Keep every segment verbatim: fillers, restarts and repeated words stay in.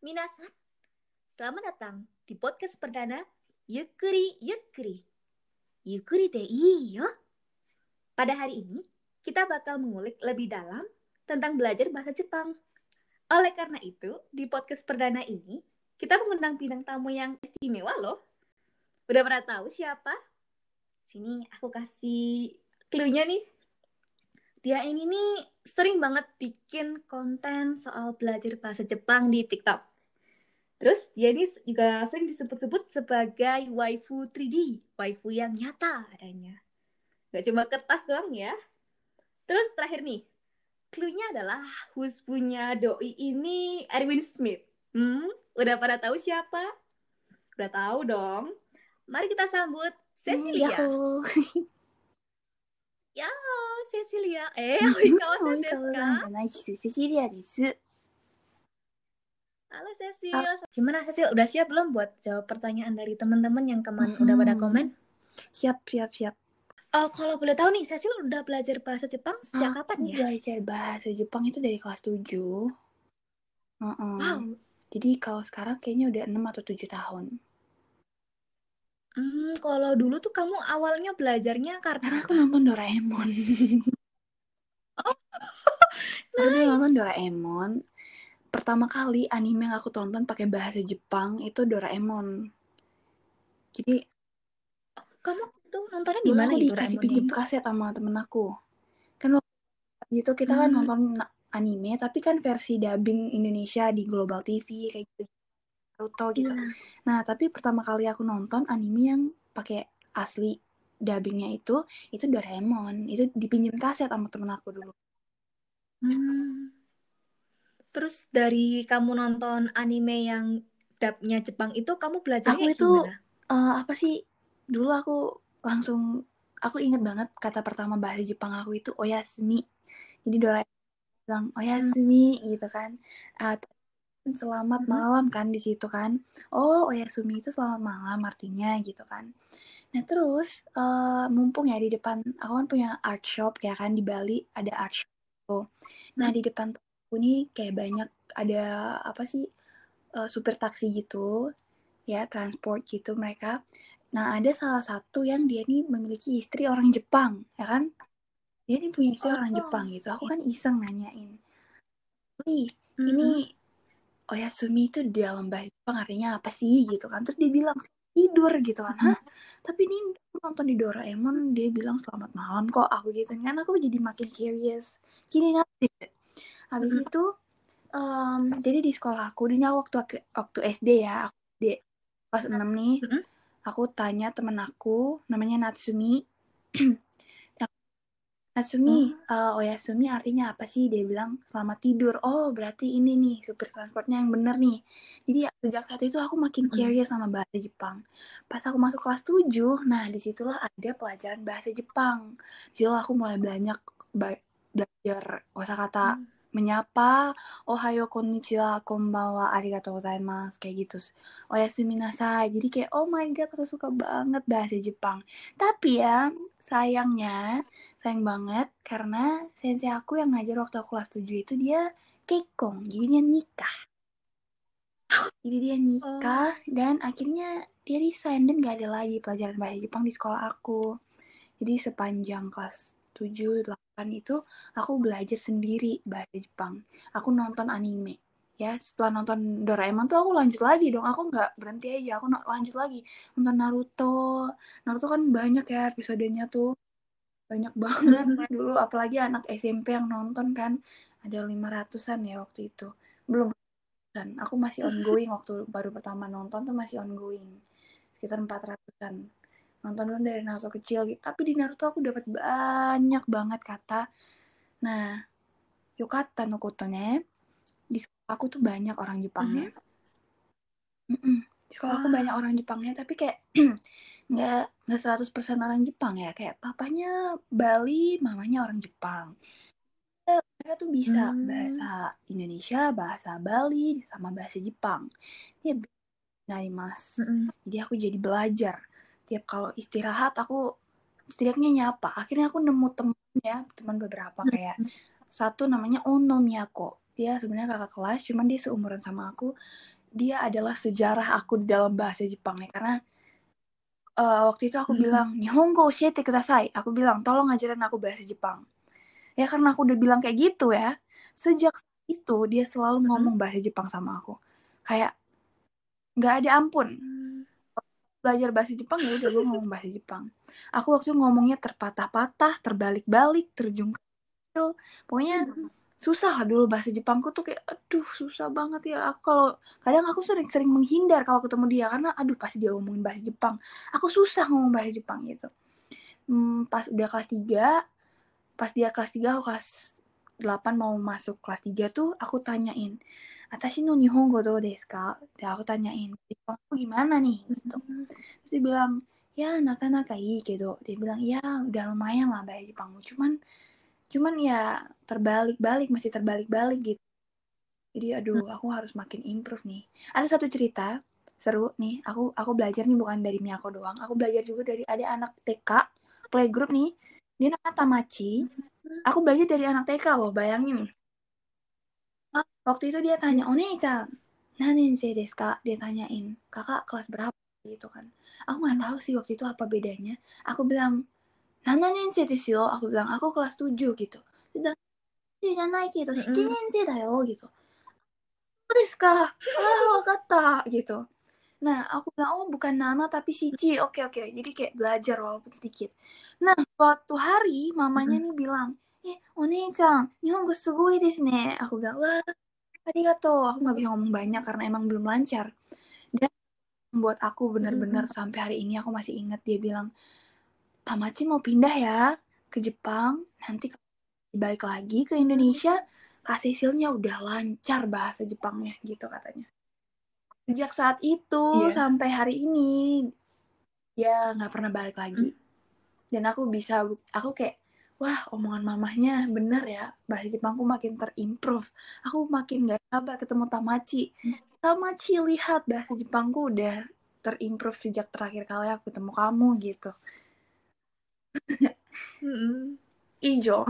Minasan, selamat datang di podcast perdana Yukuri Yukuri. Yukuri de iyo. Pada hari ini, kita bakal mengulik lebih dalam tentang belajar bahasa Jepang. Oleh karena itu, di podcast perdana ini, kita mengundang bintang tamu yang istimewa loh. Udah pernah tahu siapa? Sini aku kasih clue-nya nih. Dia ini nih sering banget bikin konten soal belajar bahasa Jepang di TikTok. Terus dia ini juga sering disebut-sebut sebagai waifu tiga D, waifu yang nyata adanya. Gak cuma kertas doang ya. Terus terakhir nih, clue-nya adalah husbandnya doi ini Erwin Smith. Hmm, udah pada tahu siapa? Udah tahu dong. Mari kita sambut Cecilia. Yahoo! Ya, Cecilia. Eh, oikawa-san Oi, desu kawasan ka? Janaichi, Cecilia desu. Halo Cecil. Gimana Cecil? Udah siap belum buat jawab pertanyaan dari teman-teman yang kemarin udah pada komen? Siap, siap, siap. Oh, kalau boleh tahu nih, Cecil udah belajar bahasa Jepang sejak Aku kapan ya? belajar bahasa Jepang itu dari kelas tujuh. Uh-uh. Wow. Jadi kalau sekarang kayaknya udah enam atau tujuh tahun. Hmm, kalau dulu tuh kamu awalnya belajarnya karena, Karena aku apa? nonton Doraemon. Oh, Aku dulu nonton nice. Doraemon. Pertama kali anime yang aku tonton pakai bahasa Jepang itu Doraemon. Jadi Kamu tuh nontonnya di dulu mana aku itu dikasih Doraemonnya pinjem itu? kaset sama temen aku. Kan waktu itu kita kan Hmm. nonton anime, tapi kan versi dubbing Indonesia di Global T V kayak gitu. Naruto gitu. Iya. Nah, tapi pertama kali aku nonton anime yang pakai asli dubbingnya itu, itu Doraemon. Itu dipinjem kaset sama temen aku dulu. Hmm. Terus dari kamu nonton anime yang dubnya Jepang itu, kamu belajarnya Aku itu gimana? uh, apa sih? Dulu aku langsung aku inget banget kata pertama bahasa Jepang aku itu oyasumi. Jadi Doraemon bilang oyasumi gitu kan. Uh, selamat Hmm. malam kan di situ kan. Oh, oyasumi itu selamat malam artinya gitu kan. Nah terus uh, mumpung ya di depan aku kan punya art shop ya kan di Bali ada art shop. Nah Hmm. di depan aku nih kayak banyak ada apa sih uh, supir taksi gitu ya transport gitu mereka. Nah ada salah satu yang dia nih memiliki istri orang Jepang ya kan. Dia nih punya istri Oh, orang Jepang gitu. Aku oke. kan iseng nanyain. Nih Hmm. ini oyasumi itu di dalam bahasa Jepang artinya apa sih gitu kan. Terus dia bilang tidur gitu kan. Hmm. Hah? Tapi ini aku nonton di Doraemon dia bilang selamat malam kok aku gitu kan. Aku jadi makin curious. Gini nanti. Habis Hmm. itu um, jadi di sekolah aku ini waktu waktu S D ya aku di kelas enam nih Hmm. aku tanya temen aku namanya Natsumi. Natsumi, Oh. uh, oyasumi artinya apa sih? Dia bilang selamat tidur. Oh, berarti ini nih supir transportnya yang bener nih. Jadi sejak saat itu aku makin Hmm. curious sama bahasa Jepang. Pas aku masuk kelas tujuh, nah disitulah ada pelajaran bahasa Jepang. Disitulah aku mulai banyak ba- belajar kosakata Hmm. menyapa, ohayo konnichiwa konbanwa arigatou gozaimasu kayak gitu. Oyasumi nasai. Jadi kayak oh my god aku suka banget bahasa Jepang. Tapi ya sayangnya sayang banget karena sensei aku yang ngajar waktu aku kelas tujuh itu dia keikong, jadi dia nikah. Jadi dia nikah Oh. dan akhirnya dia resign dan gak ada lagi pelajaran bahasa Jepang di sekolah aku. Jadi sepanjang kelas tujuh, delapan itu aku belajar sendiri bahasa Jepang. Aku nonton anime. Ya, setelah nonton Doraemon tuh aku lanjut lagi dong. Aku nggak berhenti aja, aku lanjut lagi. Nonton Naruto. Naruto kan banyak ya episodenya tuh. Banyak banget Hmm. dulu apalagi anak S M P yang nonton kan ada lima ratusan ya waktu itu belum ratusan aku masih ongoing waktu baru pertama nonton tuh masih ongoing sekitar empat ratusan nonton dulu dari Naruto kecil gitu tapi di Naruto aku dapat banyak banget kata nah yokata no koto ne di sekolah aku tuh banyak orang Jepangnya. Hmm. Mm-mm. Di sekolah aku banyak Wah. orang Jepangnya tapi kayak nggak nggak seratus persen orang Jepang ya kayak papanya Bali mamanya orang Jepang mereka tuh bisa Hmm. bahasa Indonesia bahasa Bali sama bahasa Jepang ya dari mas Hmm. jadi aku jadi belajar tiap kalau istirahat aku setidaknya nyapa akhirnya aku nemu teman ya teman beberapa kayak satu namanya Ono Miyako dia sebenarnya kakak kelas cuman dia seumuran sama aku dia adalah sejarah aku di dalam bahasa Jepang nih, karena uh, waktu itu aku bilang Nihongo oshiete kudasai, aku bilang tolong ajarin aku bahasa Jepang. Ya karena aku udah bilang kayak gitu ya, sejak itu dia selalu ngomong bahasa Jepang sama aku, kayak nggak ada ampun. Belajar bahasa Jepang ya udah gue ngomong bahasa Jepang. Aku waktu itu ngomongnya terpatah-patah, terbalik-balik, terjungkil. Pokoknya susah lah dulu bahasa Jepangku tuh kayak aduh susah banget ya. Aku kalau kadang aku sering-sering menghindar kalau ketemu dia karena aduh pasti dia ngomongin bahasa Jepang. Aku susah ngomong bahasa Jepang gitu. Hmm, pas udah kelas tiga, pas dia kelas tiga aku kelas delapan mau masuk kelas tiga tuh aku tanyain, Atashi no Nihongo do desu ka? Aku tanyain, Jepang tuh gimana nih gitu. Terus dia bilang, ya naka-naka ii gitu. Dia bilang, ya udah lumayan lah bahasa Jepangmu. Cuman, cuman ya terbalik-balik, masih terbalik-balik gitu. Jadi aduh, aku harus makin improve nih. Ada satu cerita seru nih. Aku aku belajar nih bukan dari Miyako doang. Aku belajar juga dari ada anak T K, playgroup nih. Dia namanya Tamachi. Aku belajar dari anak T K loh, bayangin nih. Waktu itu dia tanya, Onei-chan, nanensei desu ka? Dia tanyain, kakak kelas berapa? Gitu kan. Aku nggak tahu sih waktu itu apa bedanya. Aku bilang, nanensei desu yo. Aku bilang, aku kelas tujuh gitu. Dia bilang, janai gitu, shichinensei da yo gitu. Desu ka? Ah, wakata gitu. Nah, aku bilang, oh bukan Nana tapi Shichi. Oke, oke. Jadi kayak belajar walaupun sedikit. Nah, waktu hari mamanya nih bilang, eh, Onei-chan, Nihongo sugoi desu ne. Aku bilang, wah, arigato. Aku nggak bisa ngomong banyak karena emang belum lancar. Dan membuat aku benar-benar sampai hari ini aku masih ingat dia bilang, Tamachi mau pindah ya ke Jepang. Nanti balik lagi ke Indonesia, Kak Cecilnya udah lancar bahasa Jepangnya gitu katanya. Sejak saat itu Iya. sampai hari ini dia nggak pernah balik lagi. Dan aku bisa, aku kayak, wah omongan mamahnya bener ya, bahasa Jepangku makin terimprove. Aku makin gak sabar ketemu Tamachi. Tamachi, lihat bahasa Jepangku udah terimprove sejak terakhir kali aku ketemu kamu gitu. Ijo.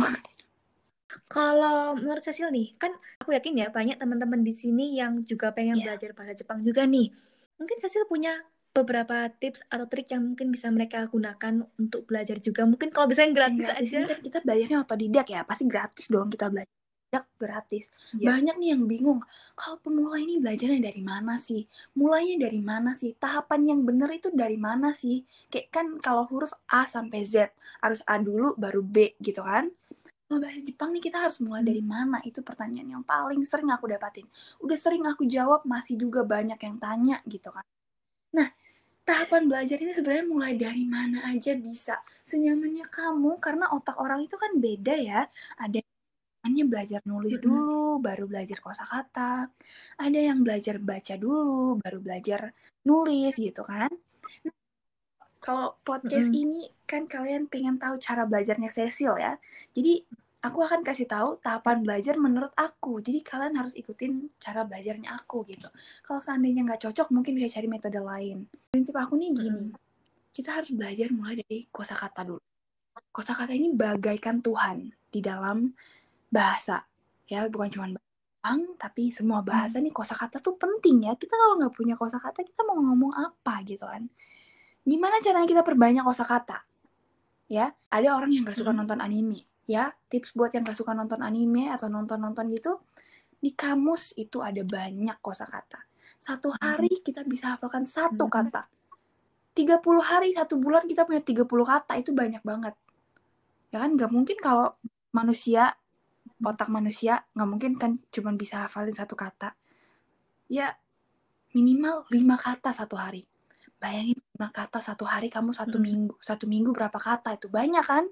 Kalau menurut Cecil nih, kan aku yakin ya banyak teman-teman di sini yang juga pengen Yeah. belajar bahasa Jepang juga nih. Mungkin Cecil punya beberapa tips atau trik yang mungkin bisa mereka gunakan untuk belajar juga. Mungkin kalau bisa yang gratis, Yang gratis aja. ini kan kita belajarnya otodidak ya, pasti gratis dong kita belajar. Gratis. Iya. Banyak nih yang bingung, kalau pemula ini belajarnya dari mana sih? Mulainya dari mana sih? Tahapan yang benar itu dari mana sih? Kayak kan kalau huruf A sampai Z, harus A dulu baru B gitu kan? Kalau bahasa Jepang nih kita harus mulai dari mana? Itu pertanyaan yang paling sering aku dapatin. Udah sering aku jawab, masih juga banyak yang tanya gitu kan. Nah, tahapan belajar ini sebenarnya mulai dari mana aja bisa. Senyamannya kamu, karena otak orang itu kan beda ya. Ada yang belajar nulis dulu, baru belajar kosakata. Ada yang belajar baca dulu, baru belajar nulis gitu kan. Nah, kalau podcast ini kan kalian pengen tahu cara belajarnya Cecil ya. Jadi aku akan kasih tahu tahapan belajar menurut aku. Jadi kalian harus ikutin cara belajarnya aku gitu. Kalau seandainya nggak cocok, mungkin bisa cari metode lain. Prinsip aku nih gini, kita harus belajar mulai dari kosakata dulu. Kosakata ini bagaikan Tuhan di dalam bahasa. Ya, bukan cuma Jepang, tapi semua bahasa nih kosakata tuh penting ya. Kita kalau nggak punya kosakata, kita mau ngomong apa gitu kan. Gimana caranya kita perbanyak kosakata? Ya, ada orang yang nggak suka nonton anime. Ya, tips buat yang nggak suka nonton anime atau nonton-nonton gitu, di kamus itu ada banyak kosakata. Satu hari kita bisa hafalkan satu kata. tiga puluh hari, satu bulan kita punya tiga puluh kata, itu banyak banget. Ya kan, nggak mungkin kalau manusia, otak manusia, nggak mungkin kan cuma bisa hafalin satu kata. Ya, minimal lima kata satu hari. Bayangin lima kata satu hari, kamu satu minggu. Satu minggu berapa kata, itu banyak kan?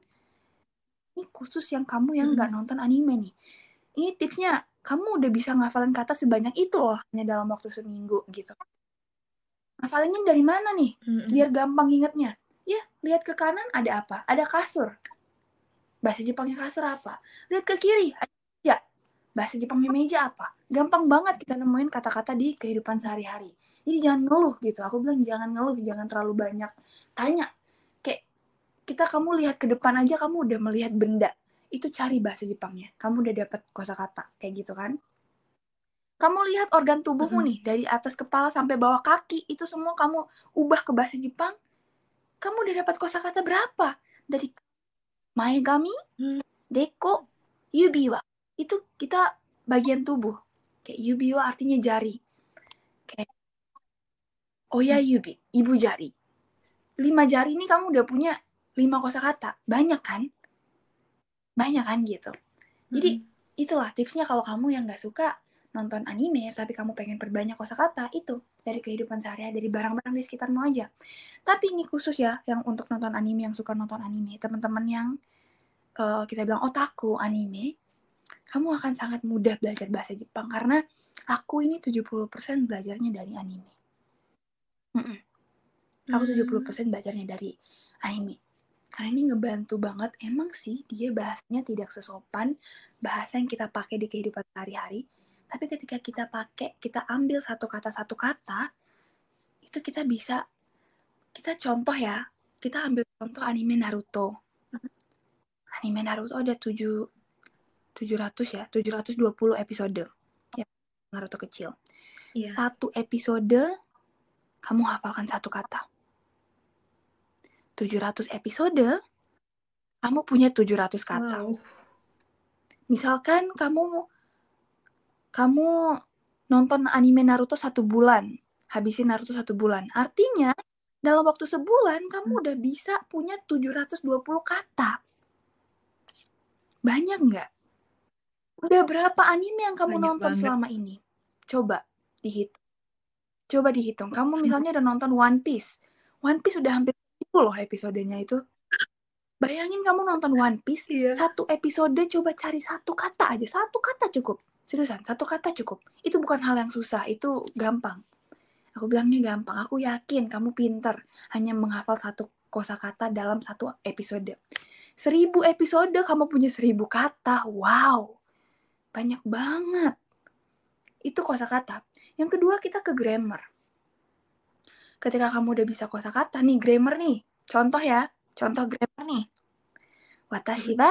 Ini khusus yang kamu yang nggak nonton anime nih. Ini tipsnya, kamu udah bisa ngafalin kata sebanyak itu loh, hanya dalam waktu seminggu gitu. Ngafalinnya dari mana nih? Biar gampang ingetnya. Ya, lihat ke kanan ada apa? Ada kasur. Bahasa Jepangnya kasur apa? Lihat ke kiri, ada meja. Bahasa Jepangnya meja apa? Gampang banget kita nemuin kata-kata di kehidupan sehari-hari. Jadi jangan ngeluh gitu. Aku bilang jangan ngeluh, jangan terlalu banyak tanya. Kayak kita kamu lihat ke depan aja kamu udah melihat benda. Itu cari bahasa Jepangnya. Kamu udah dapat kosakata kayak gitu kan? Kamu lihat organ tubuhmu Mm-mm. nih, dari atas kepala sampai bawah kaki, itu semua kamu ubah ke bahasa Jepang, kamu udah dapat kosakata berapa? Dari maegami, Hmm. deko, yubiwa. Itu kita bagian tubuh. Kayak yubiwa artinya jari. Kayak oya yubi, ibu jari. Lima jari ini kamu udah punya lima kosakata. Banyak kan? Banyak kan gitu. Jadi Mm-mm. itulah tipsnya kalau kamu yang gak suka nonton anime tapi kamu pengen perbanyak kosakata, itu dari kehidupan sehari-hari, dari barang-barang di sekitarmu aja. Tapi ini khusus ya yang untuk nonton anime, yang suka nonton anime, teman-teman yang uh, kita bilang otaku anime, kamu akan sangat mudah belajar bahasa Jepang karena aku ini tujuh puluh persen belajarnya dari anime. Mm-mm. Aku tujuh puluh persen belajarnya dari anime. Karena ini ngebantu banget. Emang sih dia bahasanya tidak sesopan bahasa yang kita pakai di kehidupan sehari-hari. Tapi ketika kita pakai, kita ambil satu kata satu kata, itu kita bisa, kita contoh ya, kita ambil contoh anime Naruto. Anime Naruto ada tujuh, tujuh ratus ya, tujuh ratus dua puluh episode. Ya, Naruto kecil. Iya. Satu episode, kamu hafalkan satu kata. tujuh ratus episode, kamu punya tujuh ratus kata. Wow. Misalkan kamu kamu nonton anime Naruto satu bulan, habisin Naruto satu bulan. Artinya, dalam waktu sebulan, kamu udah bisa punya tujuh ratus dua puluh kata. Banyak nggak? Udah berapa anime yang kamu Banyak nonton banget. selama ini? Coba dihitung. Coba dihitung. Kamu misalnya udah nonton One Piece. One Piece udah hampir sepuluh loh episodenya itu. Bayangin kamu nonton One Piece, Iya. satu episode coba cari satu kata aja. Satu kata cukup. Seriusan, satu kata cukup. Itu bukan hal yang susah, itu gampang. Aku bilangnya gampang. Aku yakin kamu pinter hanya menghafal satu kosakata dalam satu episode. Seribu episode kamu punya seribu kata. Wow, banyak banget. Itu kosakata. Yang kedua kita ke grammar. Ketika kamu udah bisa kosakata nih, grammar nih. Contoh ya, contoh grammar nih. Watashi wa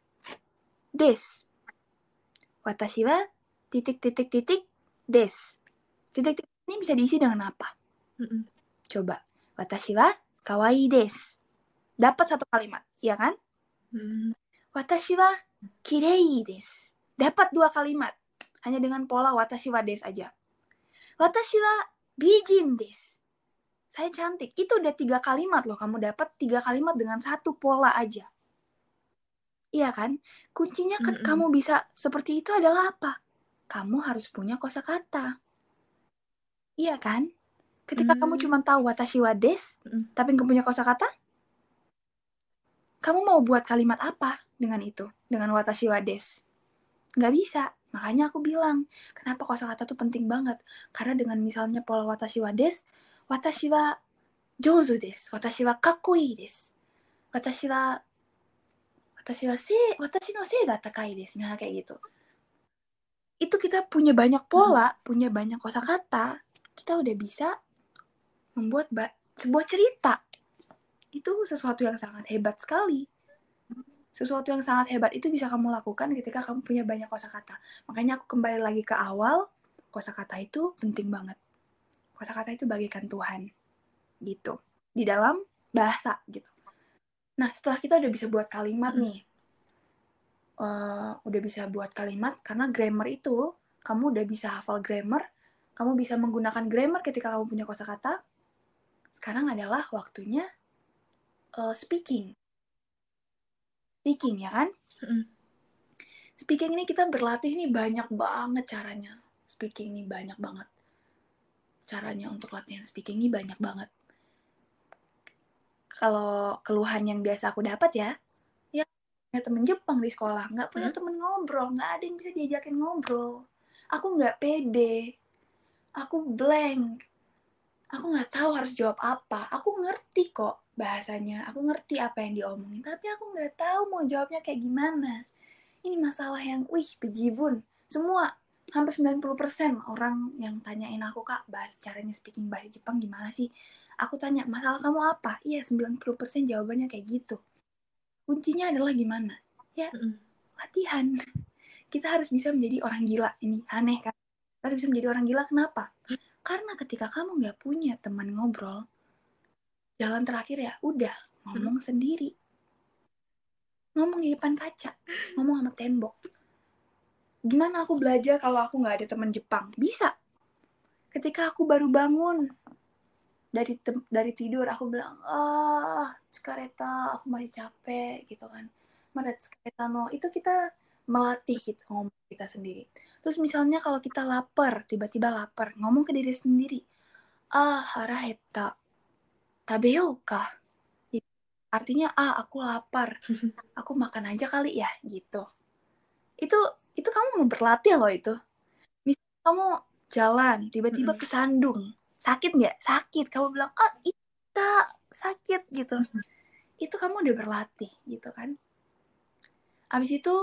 desu. Watashi wa titik-titik-titik desu. Titik-titik ini bisa diisi dengan apa? Mm-mm. Coba. Watashi wa kawaii desu. Dapat satu kalimat, ya kan? Mm. Watashi wa kirei desu. Dapat dua kalimat. Hanya dengan pola watashi wa desu aja. Watashi wa bijin desu. Saya cantik. Itu udah tiga kalimat loh. Kamu dapat tiga kalimat dengan satu pola aja. Iya kan? Kuncinya kan Mm-mm. kamu bisa seperti itu adalah apa? Kamu harus punya kosakata. Iya kan? Ketika Mm. kamu cuma tahu watashi wa desu, Mm. tapi nggak punya kosakata, kamu mau buat kalimat apa dengan itu? Dengan watashi wa desu? Nggak bisa. Makanya aku bilang, kenapa kosakata tuh penting banget. Karena dengan misalnya pola watashi wa desu, watashi wa jouzu desu, watashi wa kakkoi desu, watashi wa watashi wa se, watashi no sei ga takai desu, misalnya kayak gitu. Itu kita punya banyak pola, punya banyak kosakata, kita udah bisa membuat ba- sebuah cerita. Itu sesuatu yang sangat hebat sekali. Sesuatu yang sangat hebat itu bisa kamu lakukan ketika kamu punya banyak kosakata. Makanya aku kembali lagi ke awal, kosakata itu penting banget. Kosakata itu bagaikan Tuhan, gitu. Di dalam bahasa, gitu. Nah, setelah kita udah bisa buat kalimat nih, uh, udah bisa buat kalimat, karena grammar itu, kamu udah bisa hafal grammar, kamu bisa menggunakan grammar ketika kamu punya kosakata. Sekarang adalah waktunya uh, speaking. Speaking, ya kan? Mm. Speaking ini kita berlatih nih banyak banget caranya. Speaking ini banyak banget. Caranya untuk latihan speaking ini banyak banget. Kalau keluhan yang biasa aku dapat ya, ya punya temen Jepang di sekolah, nggak punya Mm. temen ngobrol, nggak ada yang bisa diajakin ngobrol. Aku nggak pede, aku blank, aku nggak tahu harus jawab apa. Aku ngerti kok bahasanya, aku ngerti apa yang diomongin, tapi aku nggak tahu mau jawabnya kayak gimana. Ini masalah yang, wih, bejibun. Semua, hampir sembilan puluh persen orang yang tanyain aku, Kak, bahas caranya speaking bahasa Jepang gimana sih? Aku tanya, masalah kamu apa? Iya, sembilan puluh persen jawabannya kayak gitu. Kuncinya adalah gimana? Ya, Mm. latihan. Kita harus bisa menjadi orang gila. Ini aneh kan? Terus bisa menjadi orang gila. Kenapa? Karena ketika kamu nggak punya teman ngobrol, jalan terakhir ya udah ngomong hmm. sendiri. Ngomong di depan kaca, ngomong sama tembok. Gimana aku belajar kalau aku nggak ada teman Jepang? Bisa. Ketika aku baru bangun dari tem- dari tidur, aku bilang, ah, Tsukareta, aku masih capek, gitu kan. Maret Tsukareta no, itu kita melatih kita ngomong kita sendiri. Terus misalnya kalau kita lapar, tiba-tiba lapar, ngomong ke diri sendiri, ah, haraheta, tabeo kah? Artinya, ah, aku lapar, aku makan aja kali ya, gitu. Itu itu kamu mau berlatih loh itu. Misalnya kamu jalan, tiba-tiba kesandung, sakit nggak? Sakit. Kamu bilang, ah, Ita, sakit gitu. Itu kamu udah berlatih gitu kan. Abis itu,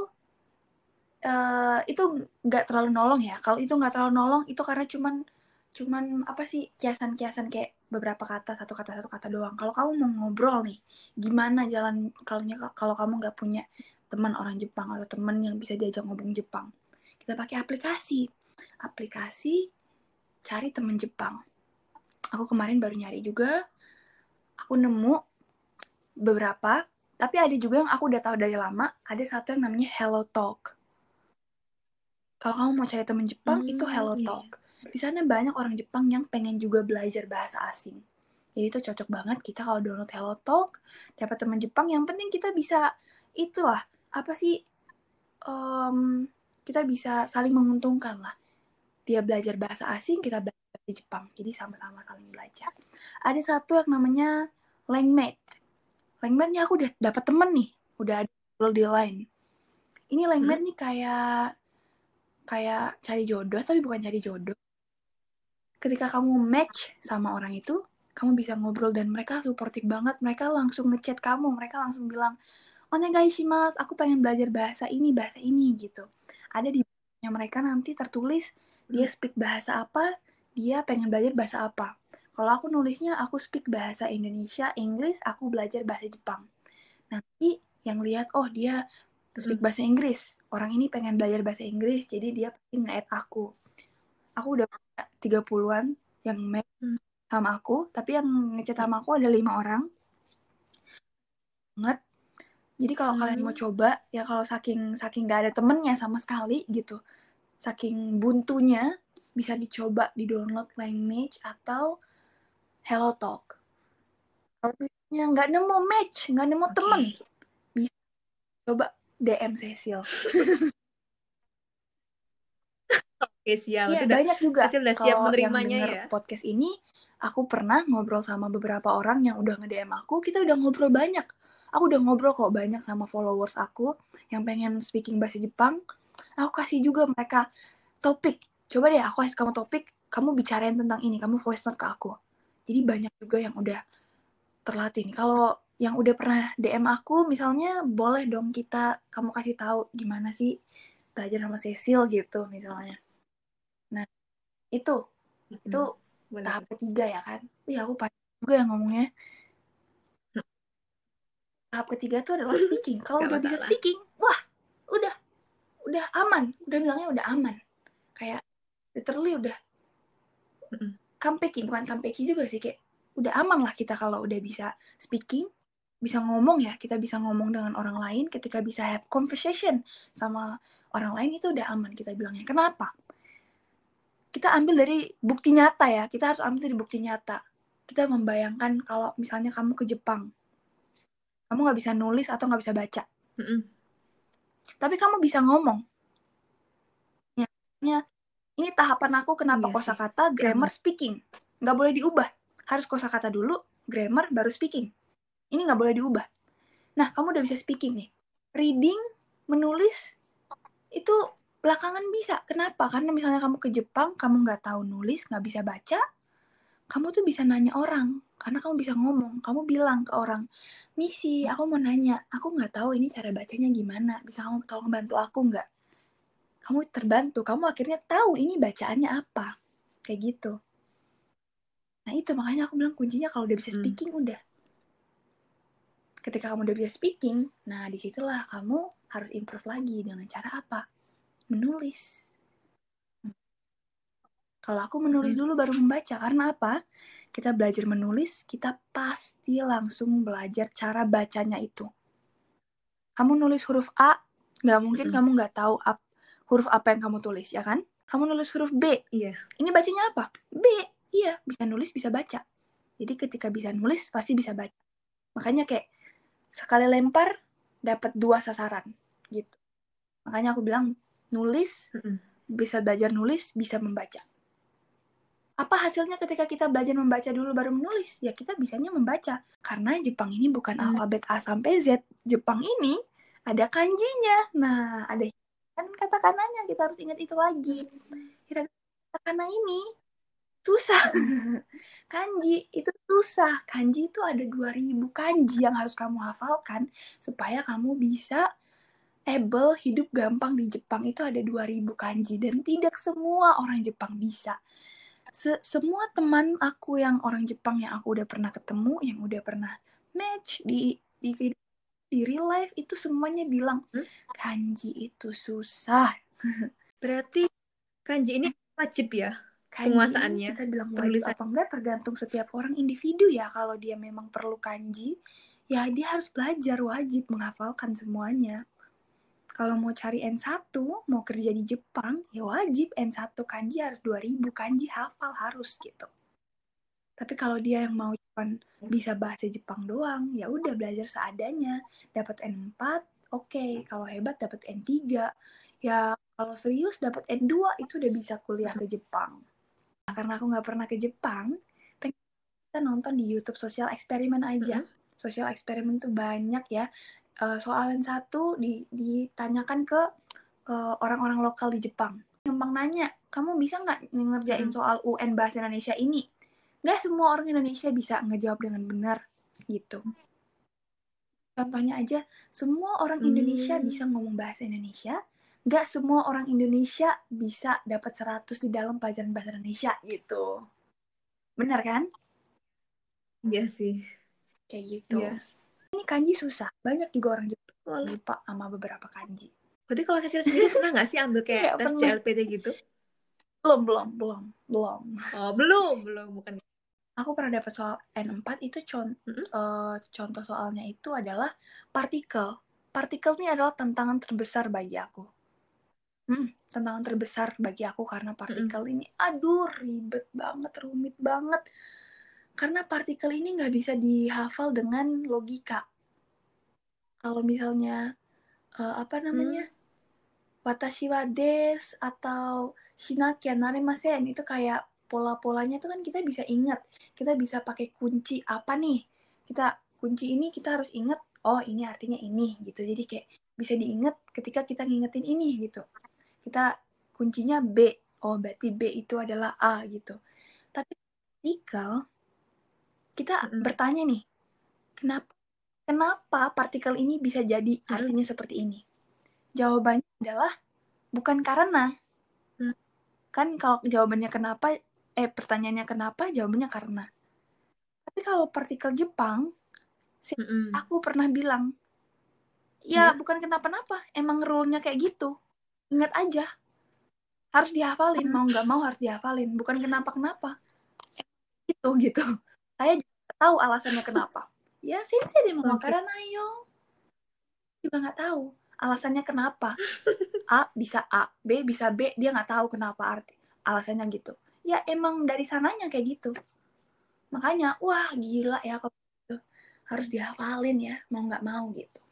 uh, itu nggak terlalu nolong ya. Kalau itu nggak terlalu nolong, itu karena cuman cuman apa sih, kiasan-kiasan kayak beberapa kata, satu kata, satu kata doang. Kalau kamu mau ngobrol nih, gimana jalan kalau kalau kamu nggak punya teman orang Jepang atau teman yang bisa diajak ngomong Jepang? Kita pakai aplikasi. Aplikasi cari teman Jepang. Aku kemarin baru nyari juga. Aku nemu beberapa, tapi ada juga yang aku udah tahu dari lama. Ada satu yang namanya Hello Talk. Kalau kamu mau cari teman Jepang, hmm, itu Hello Talk. Di sana banyak orang Jepang yang pengen juga belajar bahasa asing. Jadi itu cocok banget kita kalau download Hello Talk, dapat teman Jepang. Yang penting kita bisa, itulah, apa sih, um, kita bisa saling menguntungkan lah. Dia belajar bahasa asing, kita belajar bahasa Jepang. Jadi sama-sama saling belajar. Ada satu yang namanya Langmate. Langmate-nya aku udah dapat temen nih. Udah ada di line. Ini Langmate hmm? nih kayak kayak cari jodoh, tapi bukan cari jodoh. Ketika kamu match sama orang itu, kamu bisa ngobrol dan mereka suportif banget. Mereka langsung ngechat kamu, mereka langsung bilang, onegaishimasu, aku pengen belajar bahasa ini, bahasa ini gitu. Ada di yang mereka nanti tertulis dia speak bahasa apa, dia pengen belajar bahasa apa. Kalau aku nulisnya aku speak bahasa Indonesia, English, aku belajar bahasa Jepang. Nanti yang lihat, oh dia speak bahasa Inggris, orang ini pengen belajar bahasa Inggris, jadi dia pasti nge-add aku. Aku udah punya tiga puluhan yang match sama aku, tapi yang ngechat sama aku ada lima orang. Banget. Jadi kalau hmm. kalian mau coba, ya kalau saking saking gak ada temennya sama sekali gitu, saking buntunya, bisa dicoba di download Langmate atau Hello Talk. Kalau misalnya nggak nemu match, nggak nemu okay. temen, bisa coba D M Cecil. Oke, siap. Iya, banyak juga. Kalau yang denger ya. podcast ini, aku pernah ngobrol sama beberapa orang yang udah nge-D M aku, kita udah ngobrol banyak. Aku udah ngobrol kok banyak sama followers aku yang pengen speaking bahasa Jepang. Aku kasih juga mereka topik. Coba deh aku kasih kamu topik, kamu bicarain tentang ini, kamu voice note ke aku. Jadi banyak juga yang udah terlatih nih. Kalau yang udah pernah D M aku, misalnya boleh dong kita, kamu kasih tahu gimana sih belajar sama Cecil gitu misalnya. Nah, itu hmm, itu bener. Tahap ketiga ya kan. Iya, aku panjang juga yang ngomongnya. Tahap ketiga tuh adalah speaking. Kalau udah masalah. Bisa speaking, wah, udah udah aman. Udah bilangnya udah aman. Kayak literally udah kampeki, bukan kampeki juga sih, kayak udah aman lah kita kalau udah bisa speaking, bisa ngomong ya, kita bisa ngomong dengan orang lain, ketika bisa have conversation sama orang lain, itu udah aman kita bilangnya. Kenapa? Kita ambil dari bukti nyata ya, kita harus ambil dari bukti nyata. Kita membayangkan kalau misalnya kamu ke Jepang, kamu nggak bisa nulis atau nggak bisa baca, mm-mm. tapi kamu bisa ngomong. Ya, ini tahapan aku kenapa iya kosakata, grammar, speaking. Nggak boleh diubah. Harus kosakata dulu, grammar, baru speaking. Ini nggak boleh diubah. Nah, kamu udah bisa speaking nih. Reading, menulis, itu belakangan bisa. Kenapa? Karena misalnya kamu ke Jepang, kamu nggak tahu nulis, nggak bisa baca, kamu tuh bisa nanya orang. Karena kamu bisa ngomong. Kamu bilang ke orang, Misi, aku mau nanya. Aku nggak tahu ini cara bacanya gimana. Bisa kamu tolong bantu aku nggak? Kamu terbantu. Kamu akhirnya tahu ini bacaannya apa. Kayak gitu. Nah itu makanya aku bilang kuncinya kalau udah bisa speaking, hmm. udah. Ketika kamu udah bisa speaking, nah disitulah kamu harus improve lagi dengan cara apa? Menulis. Kalau aku menulis Mm-mm. dulu baru membaca. Karena apa? Kita belajar menulis, kita pasti langsung belajar cara bacanya itu. Kamu nulis huruf A, nggak mungkin Mm-mm. kamu nggak tahu ap- huruf apa yang kamu tulis, ya kan? Kamu nulis huruf B, Iya. ini bacanya apa? B, iya, bisa nulis, bisa baca. Jadi ketika bisa nulis, pasti bisa baca. Makanya kayak sekali lempar, dapat dua sasaran, gitu. Makanya aku bilang, nulis, Mm-mm. bisa belajar nulis, bisa membaca. Apa hasilnya ketika kita belajar membaca dulu baru menulis? Ya kita bisanya membaca. Karena Jepang ini bukan Mm. alfabet A sampai Z. Jepang ini ada kanjinya. Nah, ada kan katakananya, kita harus ingat itu lagi. Katakana ini susah. Kanji itu susah. Kanji itu ada dua ribu kanji yang harus kamu hafalkan supaya kamu bisa able hidup gampang di Jepang. Itu ada dua ribu kanji dan tidak semua orang Jepang bisa. Se- semua teman aku yang orang Jepang yang aku udah pernah ketemu, yang udah pernah match di di di real life itu semuanya bilang Hmm? kanji itu susah. Berarti kanji ini wajib ya Kanji ini penguasaannya, kita bilang wajib penulisan. apa enggak tergantung setiap orang individu ya. Kalau dia memang perlu kanji, ya dia harus belajar wajib menghafalkan semuanya. Kalau mau cari N satu, mau kerja di Jepang, ya wajib N satu kanji harus dua ribu kanji hafal harus gitu. Tapi kalau dia yang mau cuman bisa bahasa Jepang doang, ya udah belajar seadanya. Dapat N empat, oke. Okay. Kalau hebat dapat N tiga. Ya kalau serius dapat N dua, itu udah bisa kuliah ke Jepang. Nah, karena aku nggak pernah ke Jepang, pengen kita nonton di YouTube sosial eksperimen aja. Mm-mm. Sosial eksperimen tuh banyak ya. Uh, soal yang satu di, ditanyakan ke uh, orang-orang lokal di Jepang. Numpang nanya, kamu bisa nggak ngerjain Mm-mm. soal U N Bahasa Indonesia ini? Nggak semua orang Indonesia bisa ngejawab dengan benar gitu. Contohnya aja, semua orang Indonesia bisa Hmm. ngomong bahasa Indonesia, nggak semua orang Indonesia bisa dapat seratus di dalam pelajaran bahasa Indonesia gitu. Benar kan? Iya sih. Kayak gitu. Iya. Ini kanji susah. Banyak juga orang Jepang Kalau lupa sama beberapa kanji. berarti kalau Cecil sendiri pernah nggak sih ambil kayak Nggak tes pernah. C L P T gitu? Belum, belum, belum, belum. Oh, belum, belum, bukan. Aku pernah dapat soal N empat itu con Mm-mm. uh, contoh soalnya itu adalah partikel. Partikel ini adalah tantangan terbesar bagi aku. Hmm, tantangan terbesar bagi aku karena Mm-mm. partikel ini, aduh ribet banget, rumit banget. Karena partikel ini nggak bisa dihafal dengan logika. Kalau misalnya, uh, apa namanya, Hmm. watashi wa des atau shinakia naremasen, itu kayak pola-polanya itu kan kita bisa ingat. Kita bisa pakai kunci apa nih. Kita kunci ini kita harus ingat, oh ini artinya ini gitu. Jadi kayak bisa diingat ketika kita ngingetin ini gitu. Kita kuncinya B, oh berarti B itu adalah A gitu. Tapi partikel, kita Mm-mm. bertanya nih, kenapa kenapa partikel ini bisa jadi Mm-mm. artinya seperti ini? Jawabannya adalah bukan karena. Mm. Kan kalau jawabannya kenapa, eh pertanyaannya kenapa, jawabannya karena. Tapi kalau partikel Jepang, Mm-mm. aku pernah bilang, ya Iya. bukan kenapa-napa, emang rule-nya kayak gitu. Ingat aja, harus dihafalin, Mm. mau nggak mau harus dihafalin, bukan kenapa-kenapa. Gitu gitu. Saya juga tahu alasannya kenapa. Ya sensei demo Oke. wakaranai yo. Juga nggak tahu alasannya kenapa. A bisa A, B bisa B, dia nggak tahu kenapa arti alasannya gitu. Ya emang dari sananya kayak gitu. Makanya, wah gila ya kalau gitu. Harus dihafalin ya, mau nggak mau gitu.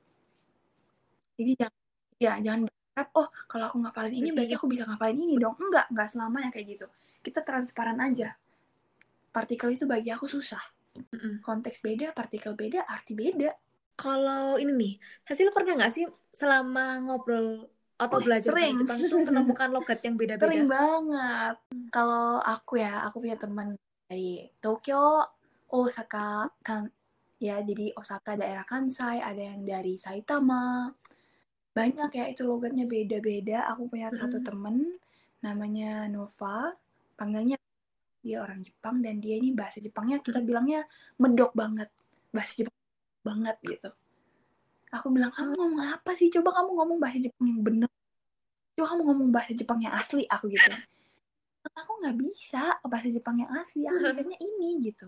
Jadi jangan, ya jangan berharap, oh kalau aku ngafalin ini Berarti berarti gitu. aku bisa ngafalin ini dong. Enggak, enggak selamanya kayak gitu. Kita transparan aja. Partikel itu bagi aku susah. Mm-mm. Konteks beda, partikel beda, arti beda. Kalau ini nih, Cecil pernah nggak sih selama ngobrol atau Wih, belajar bahasa sering. Jepang itu menemukan logat yang Sering beda-beda? banget. Kalau aku ya, aku punya teman dari Tokyo, Osaka, kan ya jadi Osaka daerah Kansai, ada yang dari Saitama. Banyak ya itu logatnya beda-beda. Aku punya satu Mm-mm. temen namanya Nova, panggilnya dia orang Jepang dan dia ini bahasa Jepangnya kita Mm-mm. bilangnya medok banget. Bahasa Jepang banget gitu. Aku bilang, kamu Oh, ngomong apa sih? Coba kamu ngomong bahasa Jepang yang bener. Coba kamu ngomong bahasa Jepang yang asli, aku gitu. aku nggak bisa bahasa Jepang yang asli, aku bisanya ini gitu.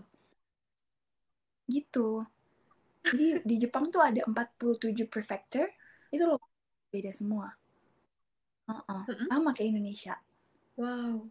Gitu. Jadi di Jepang tuh ada empat puluh tujuh prefecture, itu loh beda semua. Uh-uh. Mm-mm. Sama kayak Indonesia. Wow.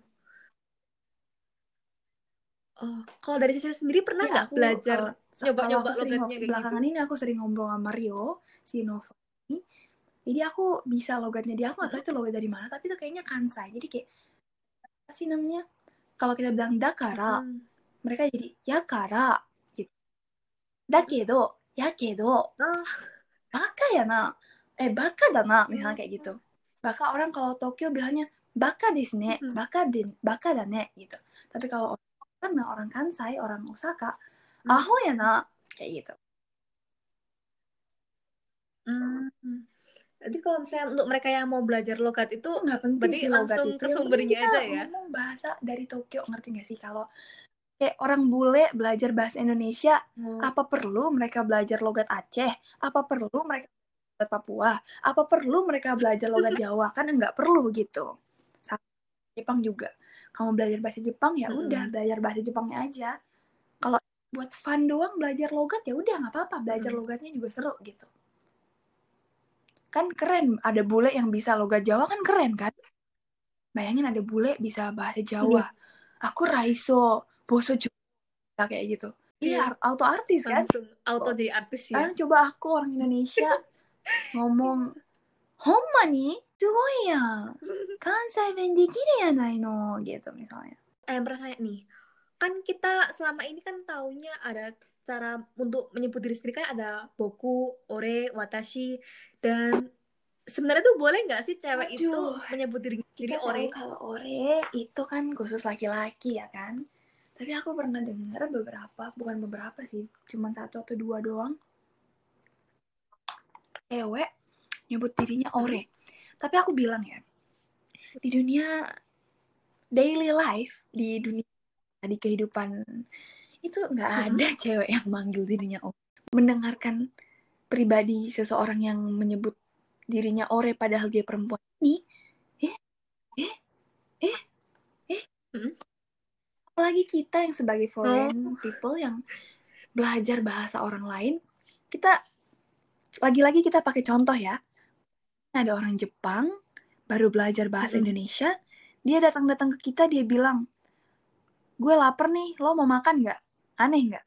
Oh, kalau dari Cecil sendiri pernah Ya nggak aku belajar uh, kalau nyoba-nyoba aku sering logatnya kayak gitu? belakangan ini aku sering ngobrol sama Mario si Nova ini. Jadi aku bisa logatnya dia, aku nggak tahu Mm-mm. itu logat dari mana, tapi itu kayaknya Kansai. Jadi kayak apa sih namanya? Kalau kita bilang dakara, Mm-mm. mereka jadi yakara gitu. Mm-mm. Dakedo, yakedo, Oh, baka ya na. Eh baka da na, misalnya kayak gitu. oh. Baka orang kalau Tokyo bilangnya baka desu ne, Mm-mm. baka din, baka da ne gitu. Tapi kalau karena orang Kansai, orang Osaka, Mm. aho ya na, kayak gitu. Mm. Jadi kalau misalnya untuk mereka yang mau belajar logat itu, Itu nggak penting berarti sih logat langsung itu, ke yang penting sumbernya kita aja ya? ngomong bahasa dari Tokyo, ngerti nggak sih? Kalau kayak orang bule belajar bahasa Indonesia, Oh. apa perlu mereka belajar logat Aceh? Apa perlu mereka belajar Papua? Apa perlu mereka belajar logat Jawa? Kan nggak perlu gitu. Sama Jepang juga, kamu belajar bahasa Jepang ya udah Mm-mm. belajar bahasa Jepangnya aja. Kalau buat fun doang belajar logat ya udah nggak apa-apa, belajar Mm-mm. logatnya juga seru gitu. Kan keren, ada bule yang bisa logat Jawa, kan keren kan? Bayangin ada bule bisa bahasa Jawa. Iya, Aku raiso, boso juga kayak gitu. Iya, iya. auto artis kan? Langsung auto jadi artis ya. Sekarang coba aku orang Indonesia ngomong, Honma ni sugoi ya. Kansai ben dekiru ya nai no gitu misalnya. Eh, pernah nanya nih, kan kita selama ini kan taunya ada cara untuk menyebut diri sendiri kan ada boku, ore, watashi, dan sebenarnya tuh boleh nggak sih cewek itu Aduh, menyebut diri sendiri kita tahu ore? kalau ore itu kan khusus laki-laki ya kan. Tapi aku pernah dengar beberapa, bukan beberapa sih, cuma satu atau dua doang. Cewek nyebut dirinya Hmm? ore. Tapi aku bilang ya, di dunia daily life, di dunia di kehidupan itu nggak Hmm? ada cewek yang manggil dirinya ore. Mendengarkan pribadi seseorang yang menyebut dirinya ore padahal dia perempuan ini, eh, eh, eh, eh, Hmm? apalagi kita yang sebagai Oh, foreign people yang belajar bahasa orang lain, kita lagi-lagi kita pakai contoh ya. Ada orang Jepang baru belajar bahasa mm-mm. Indonesia, dia datang-datang ke kita, dia bilang, gue lapar nih, lo mau makan nggak? Aneh nggak?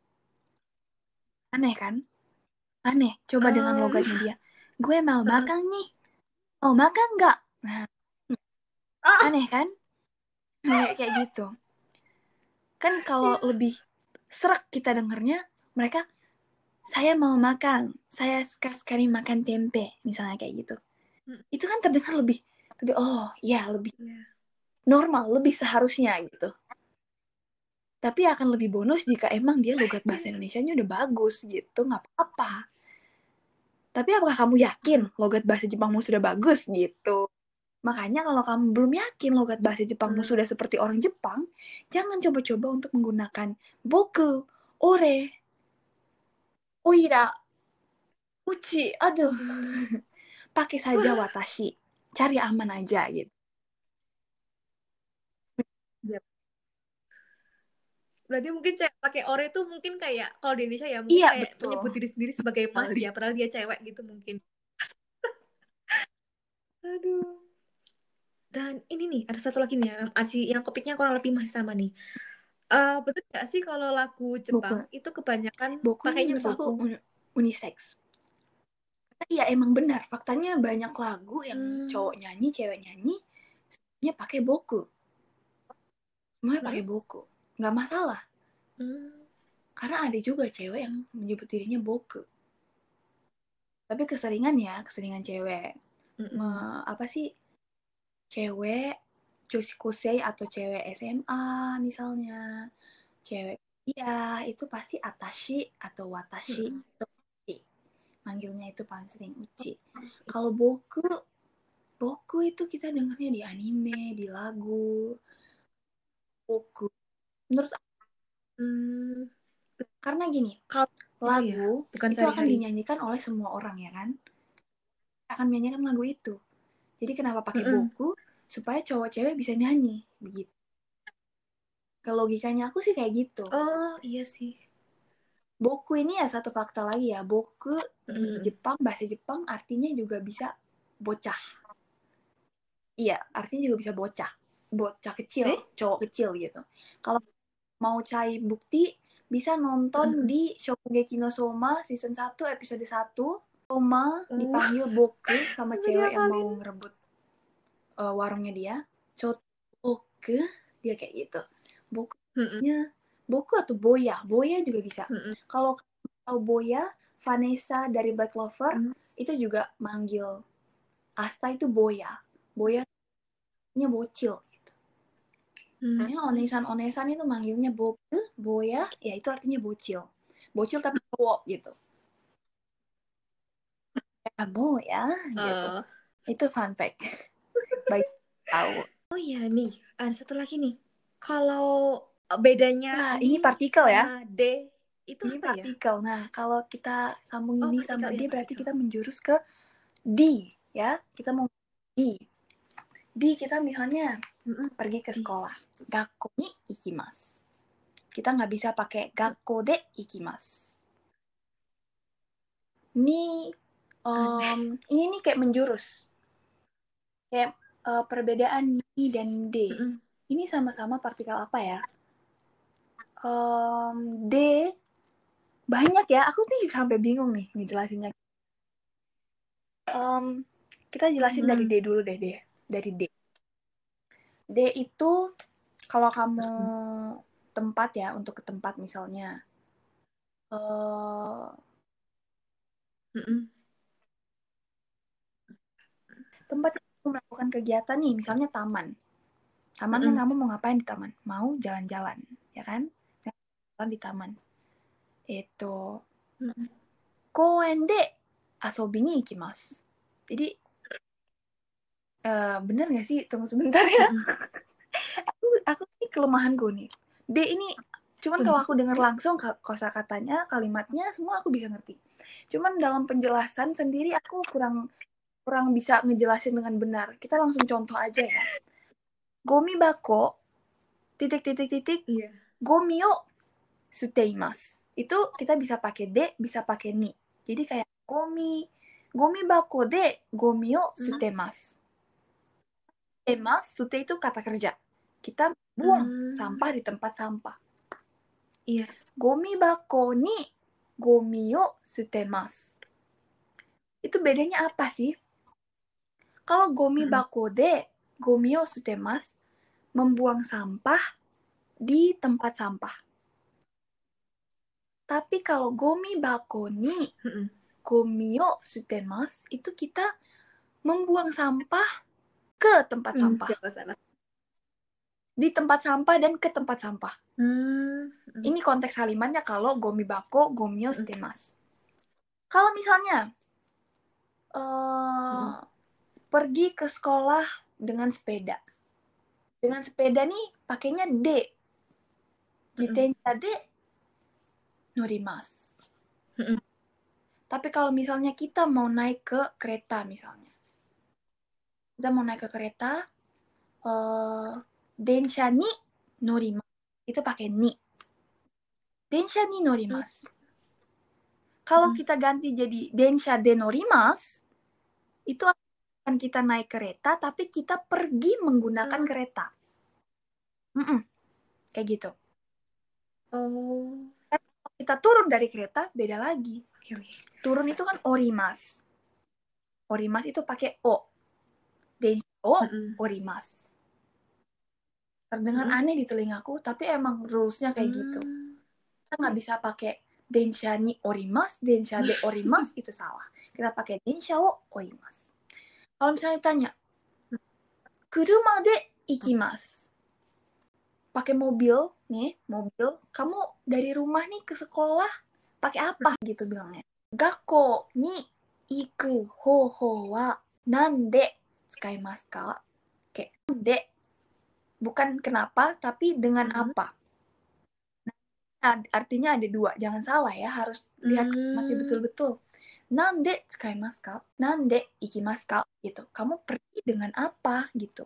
Aneh kan? Aneh. Coba dengan Um, logatnya dia. Gue mau makan nih. Mau makan nggak? Nah, ah, aneh kan? Kayak kayak gitu. Kan kalau iya. lebih serak kita dengernya, mereka, saya mau makan. Saya sekali makan tempe. Misalnya kayak gitu. Mm, Itu kan terdengar lebih, lebih oh ya lebih iya. normal, lebih seharusnya gitu. Tapi akan lebih bonus jika emang dia logat bahasa Indonesianya udah bagus gitu, nggak apa-apa. Tapi apakah kamu yakin Mm-mm. logat bahasa Jepangmu sudah bagus gitu? Makanya kalau kamu belum yakin logat bahasa Jepangmu Mm. sudah seperti orang Jepang, jangan coba-coba untuk menggunakan boku, ore, oira, uchi, aduh. Mm. Pakai saja watashi. Cari aman aja gitu. Yap. Berarti mungkin cewek pakai ore itu mungkin kayak kalau di Indonesia ya mungkin Iya, kayak betul. menyebut diri sendiri sebagai mas Kali. ya, padahal dia cewek gitu mungkin. Aduh. Dan ini nih ada satu lagi nih yang arti yang topiknya kurang lebih masih sama nih. Eh betul nggak sih kalau lagu Boku. Jepang itu kebanyakan Boku ini pakainya menurut aku boku? unisex. Iya emang benar, faktanya banyak lagu yang Hmm. cowok nyanyi, cewek nyanyi, semuanya pakai boku. Semuanya pakai Mm-mm. boku. Nggak masalah. Hmm. Karena ada juga cewek yang menyebut dirinya boku. Tapi keseringan ya, keseringan cewek. Me, Mm-mm. apa sih, cewek Josikosei atau cewek S M A misalnya. Cewek iya itu pasti atashi atau watashi. Mm-mm. Manggilnya itu paling sering uchi. Kalau boku, boku itu kita dengarnya di anime, di lagu, boku. Menurut Hmm. karena gini, Kalau itu ya, lagu bukan itu akan sehari-hari. dinyanyikan oleh semua orang ya kan? Akan menyanyikan lagu itu. Jadi kenapa pakai Mm-mm. boku? supaya cowok cewek bisa nyanyi begitu. Kalau logikanya aku sih kayak gitu. Oh iya sih. Boku ini ya satu fakta lagi ya. Boku di Mm-mm. Jepang, bahasa Jepang artinya juga bisa bocah. Iya, artinya juga bisa bocah. Bocah kecil, Eh? cowok kecil gitu. Kalau mau cari bukti, bisa nonton Mm-mm. di Shokugeki no Soma season satu episode satu. Soma Oh, dipanggil Boku sama sampai cewek yang mau dihafalin. ngerebut uh, warungnya dia. So, Boku, dia kayak gitu. Mm-mm. Bokunya, Boku atau Boya. Boya juga bisa. Mm-mm. Kalau tahu Boya, Vanessa dari Black Clover, Mm. itu juga manggil Asta itu Boya. Boya artinya bocil. Mm. Ini onesan-onesan itu manggilnya Boku, Boya, ya itu artinya bocil. Bocil tapi cowok gitu. Ya, Boya gitu. Oh. Itu fun fact. Baik tahu. Oh iya nih, ada satu lagi nih. Kalau bedanya Wah, ni ini partikel ya. sama D itu Ini apa ya? partikel. Nah, kalau kita sambung Oh, ini partikel sama ya, D, berarti partikel. kita menjurus ke D, ya. Kita mau D. D, kita misalnya Mm-mm. pergi ke D. sekolah. Gakko ni ikimasu. Kita nggak bisa pakai gakko de ikimasu. Ini, um, ini nih kayak menjurus. Kayak uh, perbedaan ni dan D. Mm-mm. Ini sama-sama partikel apa ya? Um, D banyak ya. Aku nih sampai bingung nih ngejelasinnya. Um, kita jelasin dari D Mm-mm. dulu deh, D. Dari D. D itu kalau kamu tempat ya, untuk ke tempat misalnya. Uh, Mm-mm. tempat yang kamu melakukan kegiatan nih, misalnya taman. Taman kan Mm-mm. kamu mau ngapain di taman? Mau jalan-jalan, ya kan? Jalan di taman. Itu Mm-mm. koen de asobi ni ikimasu. Jadi uh, bener gak sih? Tunggu sebentar ya. Mm-mm. aku aku ini kelemahanku nih. D ini cuman kalau aku dengar langsung kosakatanya, kalimatnya semua aku bisa ngerti. Cuman dalam penjelasan sendiri aku kurang kurang bisa ngejelasin dengan benar. Kita langsung contoh aja ya. Gomi bako titik titik titik Iya. gomi o suteimasu. Itu kita bisa pakai D, bisa pakai ni. Jadi kayak gomi gomi bako de gomi o sutemasu. Sutemasu, sute itu kata kerja. Kita buang Mm. sampah di tempat sampah. Iya. Gomi bako ni gomi o sutemasu. Itu bedanya apa sih? Kalau gomi Mm-mm. bako de gomi o sutemasu, membuang sampah di tempat sampah. Tapi kalau gomi bako ni Mm-mm. gomi o sutemasu, itu kita membuang sampah ke tempat Mm. sampah. Siapa sana? Di tempat sampah dan ke tempat sampah. Mm. Mm. Ini konteks kalimatnya kalau gomi bako gomi o sutemasu. Kalau misalnya uh, pergi ke sekolah dengan sepeda. Dengan sepeda nih pakainya D. Jitensha de norimasu. Mm-mm. Tapi kalau misalnya kita mau naik ke kereta misalnya. Kita mau naik ke kereta, uh, densha ni norimasu. Itu pakai ni. Densha ni norimasu. Kalau kita ganti jadi densha de norimasu, itu akan kita naik kereta, tapi kita pergi menggunakan Oh. kereta. Mm-mm. Kayak gitu. Oh. Kalau kita turun dari kereta, beda lagi. Oke, oke. Turun itu kan orimas. Orimas itu pakai o. Densha o Mm-mm. orimas. Terdengar Mm-mm. aneh di telingaku, tapi emang rules-nya kayak Mm. gitu. Kita nggak bisa pakai densha ni orimas, densha de orimas, itu salah. Kita pakai densha o orimas. Kalau misalnya tanya, kuruma de ikimasu. Pakai mobil, nih, mobil. Kamu dari rumah nih ke sekolah, pakai apa gitu bilangnya. Gakko ni iku hoho wa nande tsukaimasu ka? Kayak nande. Bukan kenapa, tapi dengan Mm-hmm. apa. Nah, artinya ada dua. Jangan salah ya, harus lihat kalimatnya Mm. betul-betul. Nande tsukaimasu ka? Nande ikimasu ka? Gitu. Kamu pergi dengan apa gitu.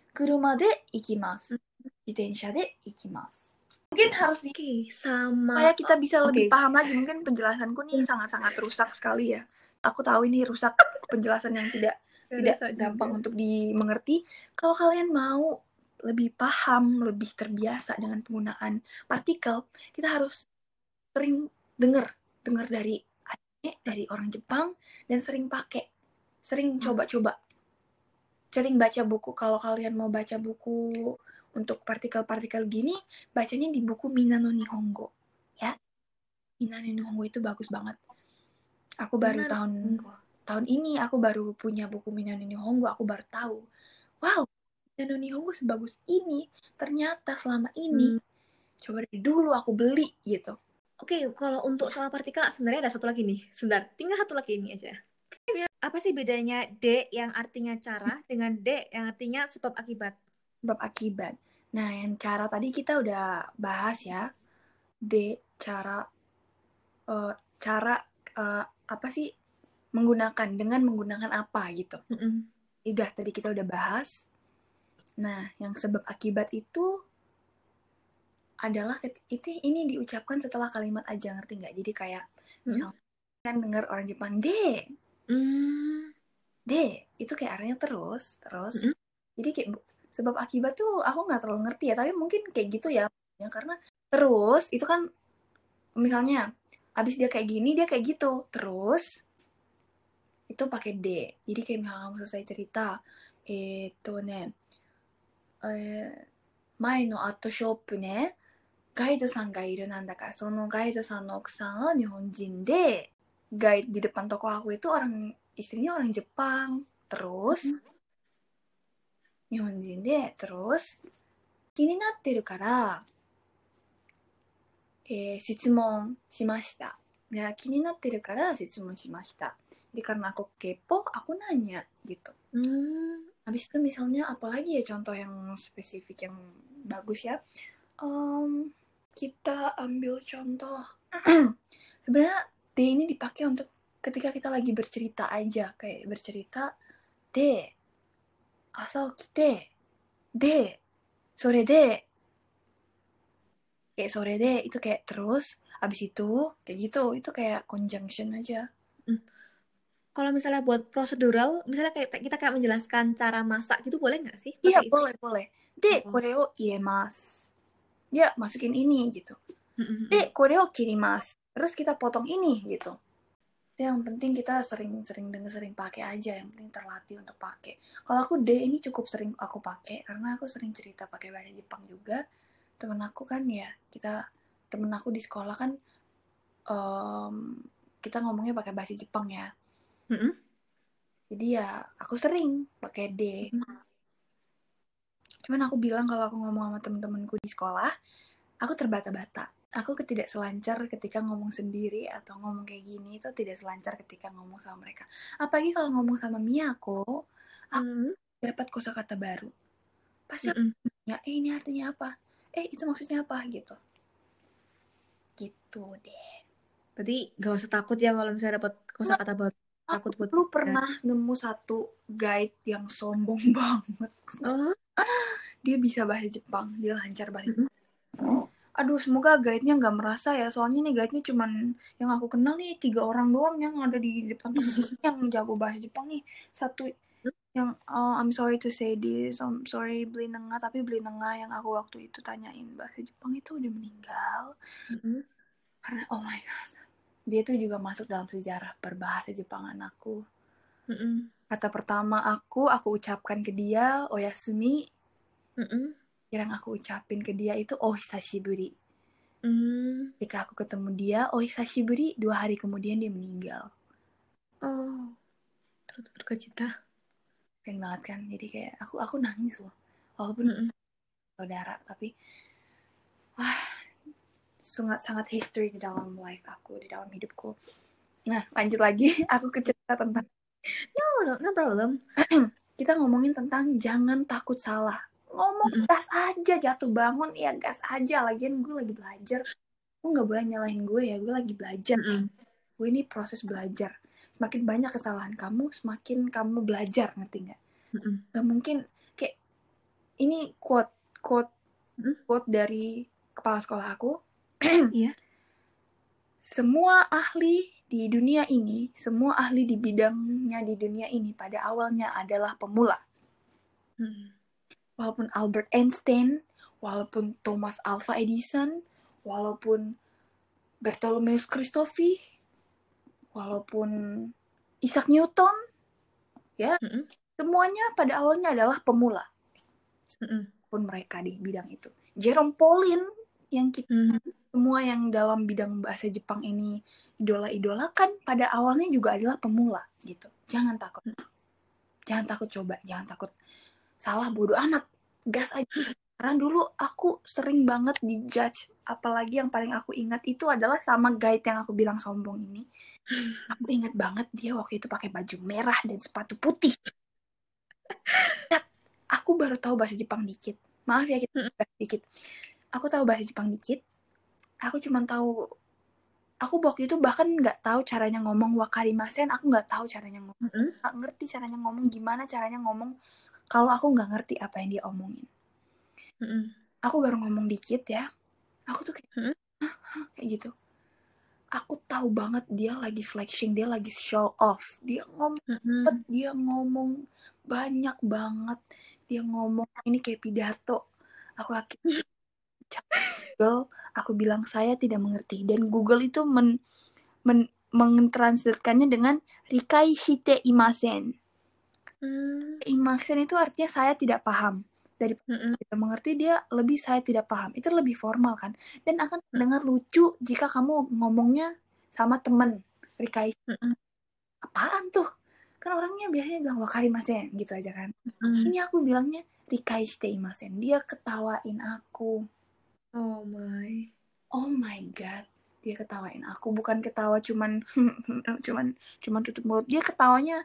kuruma de ikimasu. Jitensha de ikimasu. Mungkin harus di Oke, sama. supaya kita bisa lebih Oke. paham lagi. Mungkin penjelasanku nih sangat-sangat rusak sekali ya. Aku tahu ini rusak penjelasan yang tidak tidak Rusak gampang juga. untuk dimengerti. Kalau kalian mau lebih paham, lebih terbiasa dengan penggunaan partikel, kita harus sering dengar, dengar dari anime, dari orang Jepang, dan sering pakai, sering coba-coba, sering baca buku. Kalau kalian mau baca buku untuk partikel-partikel gini, bacanya di buku Mina no Nihongo, ya. Mina no Nihongo itu bagus banget. Aku baru Mina no tahun Nihongo. tahun ini aku baru punya buku Mina no Nihongo, aku baru tahu. Wow, Mina no Nihongo sebagus ini. Ternyata selama ini, Hmm. coba dari dulu aku beli gitu. Oke, kalau untuk soal partikel sebenarnya ada satu lagi nih. Sebentar, tinggal satu lagi ini aja. Apa sih bedanya D yang artinya cara dengan D yang artinya sebab akibat? Sebab akibat. Nah, yang cara tadi kita udah bahas ya. D, cara uh, cara uh, apa sih menggunakan, dengan menggunakan apa gitu. Mm-mm. Udah tadi kita udah bahas. Nah, yang sebab akibat itu adalah itu ini diucapkan setelah kalimat aja, ngerti nggak? Jadi kayak misalnya kan dengar orang Jepang D, Mm. D itu kayak artinya terus, terus. Mm-mm. Jadi kayak sebab akibat tuh aku nggak terlalu ngerti ya, tapi mungkin kayak gitu ya, ya karena terus itu kan misalnya abis dia kayak gini dia kayak gitu, terus itu pakai D. Jadi kayak misalnya kamu selesai cerita, itu ne, eh, mai no ato shop ne, ガイドさんがいるなんだからそのガイドさんの奥さんは日本人で guide di depan toko aku itu orang istrinya orang Jepang terus日本人で terus 気になってるから、えー、質問しました ya気になってるから質問しました jadi karena aku kepo aku nanya gitu. Hmm. Habis itu misalnya apalagi ya contoh yang spesifik yang bagus ya, um, kita ambil contoh sebenarnya D ini dipakai untuk ketika kita lagi bercerita aja, kayak bercerita D asa okite D sore de kayak sore de itu kayak terus abis itu kayak gitu, itu kayak conjunction aja. Hmm. Kalau misalnya buat prosedural, misalnya kayak kita kayak menjelaskan cara masak gitu boleh nggak sih Iya pakai itu? boleh boleh. De Oh. kore o iremasu, ya masukin ini gitu. Mm-mm. De kore o kirimasu, terus kita potong ini gitu. Yang penting kita sering-sering dengar, sering pakai aja, yang penting terlatih untuk pakai. Kalau aku D ini cukup sering aku pakai karena aku sering cerita pakai bahasa Jepang juga. Temen aku kan ya, kita temen aku di sekolah kan um, kita ngomongnya pakai bahasa Jepang ya. Mm-mm. Jadi ya aku sering pakai D. Mm-mm. Cuman aku bilang kalau aku ngomong sama temen-temenku di sekolah, aku terbata-bata. Aku tidak selancar ketika ngomong sendiri atau ngomong kayak gini, itu tidak selancar ketika ngomong sama mereka. Apalagi kalau ngomong sama Miyako, aku Mm-mm. dapat kosakata baru. Pasti Mm-mm. ya, eh ini artinya apa? Eh itu maksudnya apa gitu. Gitu deh. Berarti gak usah takut ya kalau misalnya dapat kosakata baru. Takut buat Lu pernah nemu satu guide yang sombong banget. Oh. Dia bisa bahasa Jepang, dia lancar bahasa Mm-mm. Jepang. Aduh, semoga guide-nya nggak merasa ya, soalnya nih guide-nya cuman yang aku kenal nih tiga orang doang yang ada di depan yang jago bahasa Jepang nih. Satu yang oh, I'm sorry to say this, I'm sorry Beli Nengah, tapi Beli Nengah yang aku waktu itu tanyain bahasa Jepang itu udah meninggal. Mm-mm. Karena oh my god, dia tuh juga masuk dalam sejarah berbahasa Jepangan aku. Mm-mm. Kata pertama aku, aku ucapkan ke dia oyasumi. Mm-mm. Yang aku ucapin ke dia itu oh hisashiburi. Mm. Ketika aku ketemu dia, oh hisashiburi, dua hari kemudian dia meninggal. Oh, terus berduka cita. Keren banget kan, jadi kayak aku aku nangis loh, walaupun Mm-mm. saudara, tapi wah sangat sangat history di dalam life aku, di dalam hidupku. Nah lanjut lagi, aku ke cerita tentang No, no, no problem. kita ngomongin tentang jangan takut salah. Ngomong Mm-mm. gas aja, jatuh bangun ya gas aja. Lagian gue lagi belajar, gue nggak boleh nyalahin gue ya, gue lagi belajar. Mm-mm. Gue ini proses belajar. Semakin banyak kesalahan kamu, semakin kamu belajar, ngerti nggak? Mm-mm. Gak mungkin kayak ini quote quote Hmm? quote dari kepala sekolah aku. Iya. Semua ahli di dunia ini, semua ahli di bidangnya di dunia ini pada awalnya adalah pemula. Hmm. Walaupun Albert Einstein, walaupun Thomas Alva Edison, walaupun Bartholomeus Christophee, walaupun Isaac Newton, ya, Hmm. semuanya pada awalnya adalah pemula. Hmm. Pun mereka di bidang itu. Jerome Pauline yang kita Hmm. semua yang dalam bidang bahasa Jepang ini idola-idolakan pada awalnya juga adalah pemula gitu. Jangan takut. Jangan takut coba, jangan takut salah, bodoh amat. Gas aja. Karena dulu aku sering banget dijudge, apalagi yang paling aku ingat itu adalah sama guide yang aku bilang sombong ini. Aku ingat banget dia waktu itu pakai baju merah dan sepatu putih. Aku baru tahu bahasa Jepang dikit. Maaf ya kita bahas dikit. Aku tahu bahasa Jepang dikit. Aku cuma tahu, aku waktu itu bahkan nggak tahu caranya ngomong wakarimasen. Aku nggak tahu caranya ngomong. Hmm. Nggak ngerti caranya ngomong, gimana caranya ngomong kalau aku nggak ngerti apa yang dia omongin. Hmm. Aku baru ngomong dikit ya. Aku tuh kayak, Hmm. kayak gitu. Aku tahu banget dia lagi flexing, dia lagi show off. Dia ngomong, Hmm. dia ngomong banyak banget. Dia ngomong ini kayak pidato. Aku akhirnya Google, aku bilang saya tidak mengerti. Dan Google itu men, men, mentranslatekannya dengan rikai shite imasen. Hmm. Imasen itu artinya saya tidak paham. Dari Hmm. tidak mengerti, dia lebih saya tidak paham. Itu lebih formal kan. Dan akan terdengar lucu jika kamu ngomongnya sama temen. Rikai, Hmm. apaan tuh? Kan orangnya biasanya bilang wakarimasen gitu aja kan. Hmm. Ini aku bilangnya rikai shite imasen. Dia ketawain aku. Oh my. Oh my god. Dia ketawain aku, bukan ketawa cuman cuman cuman tutup mulut. Dia ketawanya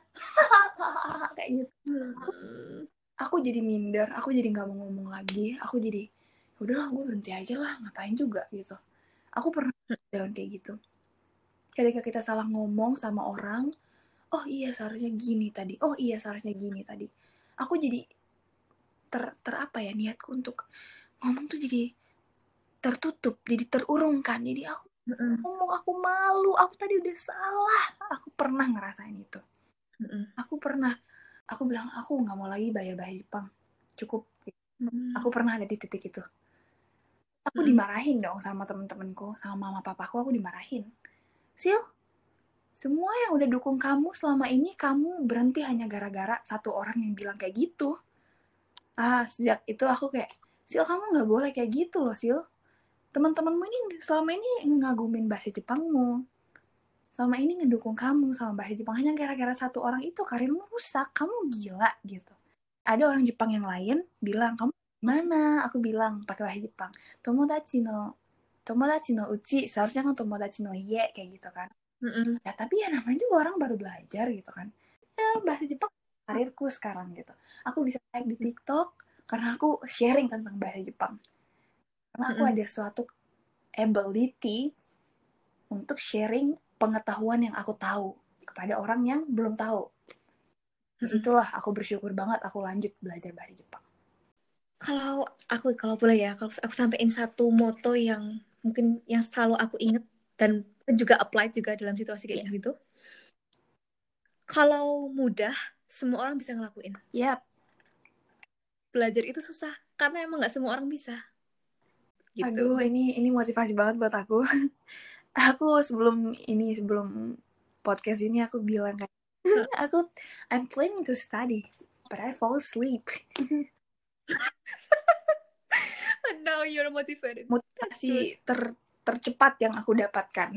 kayak gitu. Hmm. Aku jadi minder, aku jadi nggak mau ngomong lagi. Aku jadi udahlah, gue berhenti aja lah, ngapain juga gitu. Aku pernah down kayak gitu. Ketika kita salah ngomong sama orang, oh iya seharusnya gini tadi, oh iya seharusnya gini tadi. Aku jadi ter, ter apa ya, niatku untuk ngomong tuh jadi tertutup, jadi terurungkan. Jadi aku Hmm. ngomong, aku malu, aku tadi udah salah. Aku pernah ngerasain itu. Hmm. Aku pernah, aku bilang aku nggak mau lagi bayar bahasa Jepang, cukup. Hmm. Aku pernah ada di titik itu. Aku Hmm. dimarahin dong sama temen-temenku, sama mama papaku. Aku dimarahin. Sil, semua yang udah dukung kamu selama ini, kamu berhenti hanya gara-gara satu orang yang bilang kayak gitu. Ah, sejak itu aku kayak, Sil, kamu nggak boleh kayak gitu loh, Sil. Teman-temanmu ini selama ini ngagumin bahasa Jepangmu, selama ini ngedukung kamu sama bahasa Jepang, hanya gara-gara satu orang itu karirmu rusak. Kamu gila gitu. Ada orang Jepang yang lain bilang, kamu gimana? Aku bilang pakai bahasa Jepang, tomodachi no tomodachi no uchi, seharusnya kan tomodachi no ie kayak gitu kan. Hmm. Ya tapi ya namanya juga orang baru belajar gitu kan. Ya bahasa Jepang karirku sekarang gitu. Aku bisa naik di TikTok karena aku sharing tentang bahasa Jepang. Karena aku Hmm. ada suatu ability untuk sharing pengetahuan yang aku tahu kepada orang yang belum tahu. Disitulah aku bersyukur banget aku lanjut belajar bahasa Jepang. Kalau aku, kalau boleh ya, kalau aku sampein satu moto yang mungkin yang selalu aku inget dan juga apply juga dalam situasi kayak Yes. gitu. Kalau mudah, semua orang bisa ngelakuin. Yap. Belajar itu susah karena emang nggak semua orang bisa. Gitu. Aduh, ini ini motivasi banget buat aku. Aku sebelum ini sebelum podcast ini aku bilang kayak aku I'm planning to study, but I fall asleep. And now you're motivated. Motivasi ter tercepat yang aku dapatkan.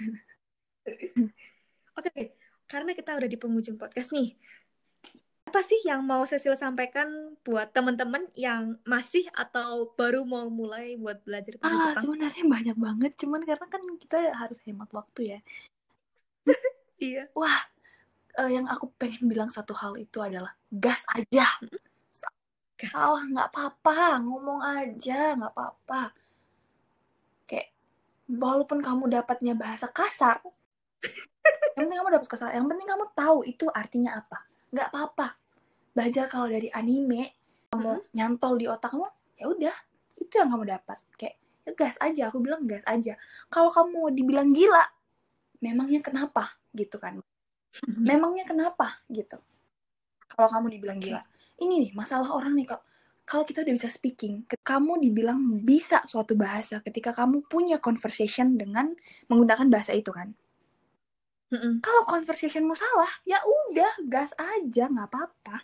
Oke, okay. Karena kita udah di penghujung podcast nih. Apa sih yang mau Cecil sampaikan buat teman-teman yang masih atau baru mau mulai buat belajar bahasa Ah, Jepang? sebenarnya banyak banget, cuman karena kan kita harus hemat waktu ya. Iya. Wah, uh, yang aku pengen bilang satu hal itu adalah gas aja. Gas. Salah nggak apa-apa, ngomong aja nggak apa-apa. Kayak walaupun kamu dapatnya bahasa kasar, yang penting kamu dapat kasar, yang penting kamu tahu itu artinya apa. Nggak apa-apa. Belajar kalau dari anime, kamu mm-hmm. nyantol di otakmu, ya udah itu yang kamu dapat. Kayak ya gas aja, aku bilang gas aja. Kalau kamu mau dibilang gila, memangnya kenapa gitu kan? Memangnya kenapa gitu? Kalau kamu dibilang okay. gila, ini nih masalah orang nih, kalau kalau kita udah bisa speaking, kamu dibilang bisa suatu bahasa ketika kamu punya conversation dengan menggunakan bahasa itu kan. Mm-mm. Kalau conversationmu salah, ya udah gas aja, nggak apa-apa.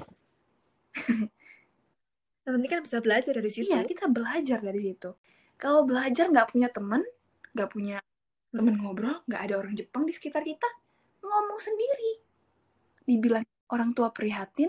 Nanti kan bisa belajar dari situ. Iya, kita belajar dari situ. Kalau belajar nggak punya teman, nggak punya teman ngobrol, nggak ada orang Jepang di sekitar kita, ngomong sendiri. Dibilang orang tua prihatin,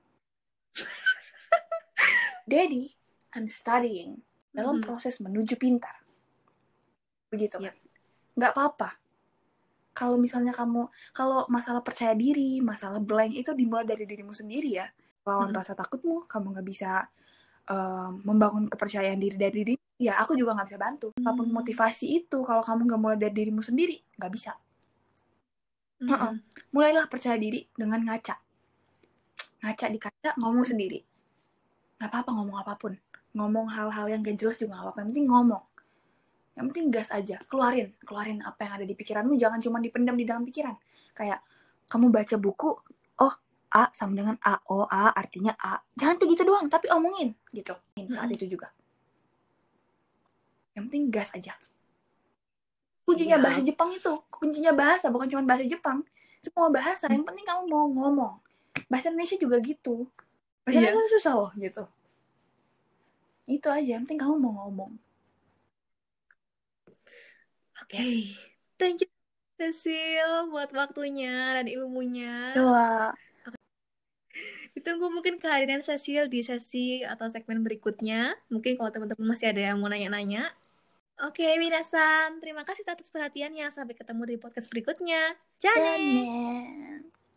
Daddy, I'm studying. Dalam mm-hmm. proses menuju pintar. Begitu kan? Yep. Nggak apa-apa. Kalau misalnya kamu, kalau masalah percaya diri, masalah blank itu dimulai dari dirimu sendiri ya. Lawan mm-hmm. rasa takutmu, kamu nggak bisa uh, membangun kepercayaan diri dari diri. Ya, aku juga nggak bisa bantu. Mm-hmm. Apapun motivasi itu, kalau kamu nggak mulai dari dirimu sendiri, nggak bisa. Mm-hmm. Uh-uh. Mulailah percaya diri dengan ngaca. Ngaca di kaca, ngomong sendiri. Nggak apa-apa ngomong apapun. Ngomong hal-hal yang gak jelas juga gak apa-apa. Yang penting ngomong. Yang penting gas aja. Keluarin. Keluarin apa yang ada di pikiranmu. Jangan cuma dipendam di dalam pikiran. Kayak kamu baca buku. Oh, A sama dengan A. Oh, A artinya A. Jangan tuh gitu doang. Tapi omongin. Gitu. Saat mm-hmm. itu juga. Yang penting gas aja. Kuncinya yeah. bahasa Jepang itu. Kuncinya bahasa. Bukan cuma bahasa Jepang. Semua bahasa. Yang penting kamu mau ngomong. Bahasa Indonesia juga gitu. Bahasa iya. Indonesia susah loh gitu. Itu aja, yang penting kamu mau ngomong. Oke, okay. yes. Thank you Cecil buat waktunya dan ilmunya. Coba. Okay. Ditunggu mungkin kehadiran Cecil di sesi atau segmen berikutnya. Mungkin kalau teman-teman masih ada yang mau nanya-nanya. Oke, okay, minasan, terima kasih atas perhatiannya. Sampai ketemu di podcast berikutnya. Jane.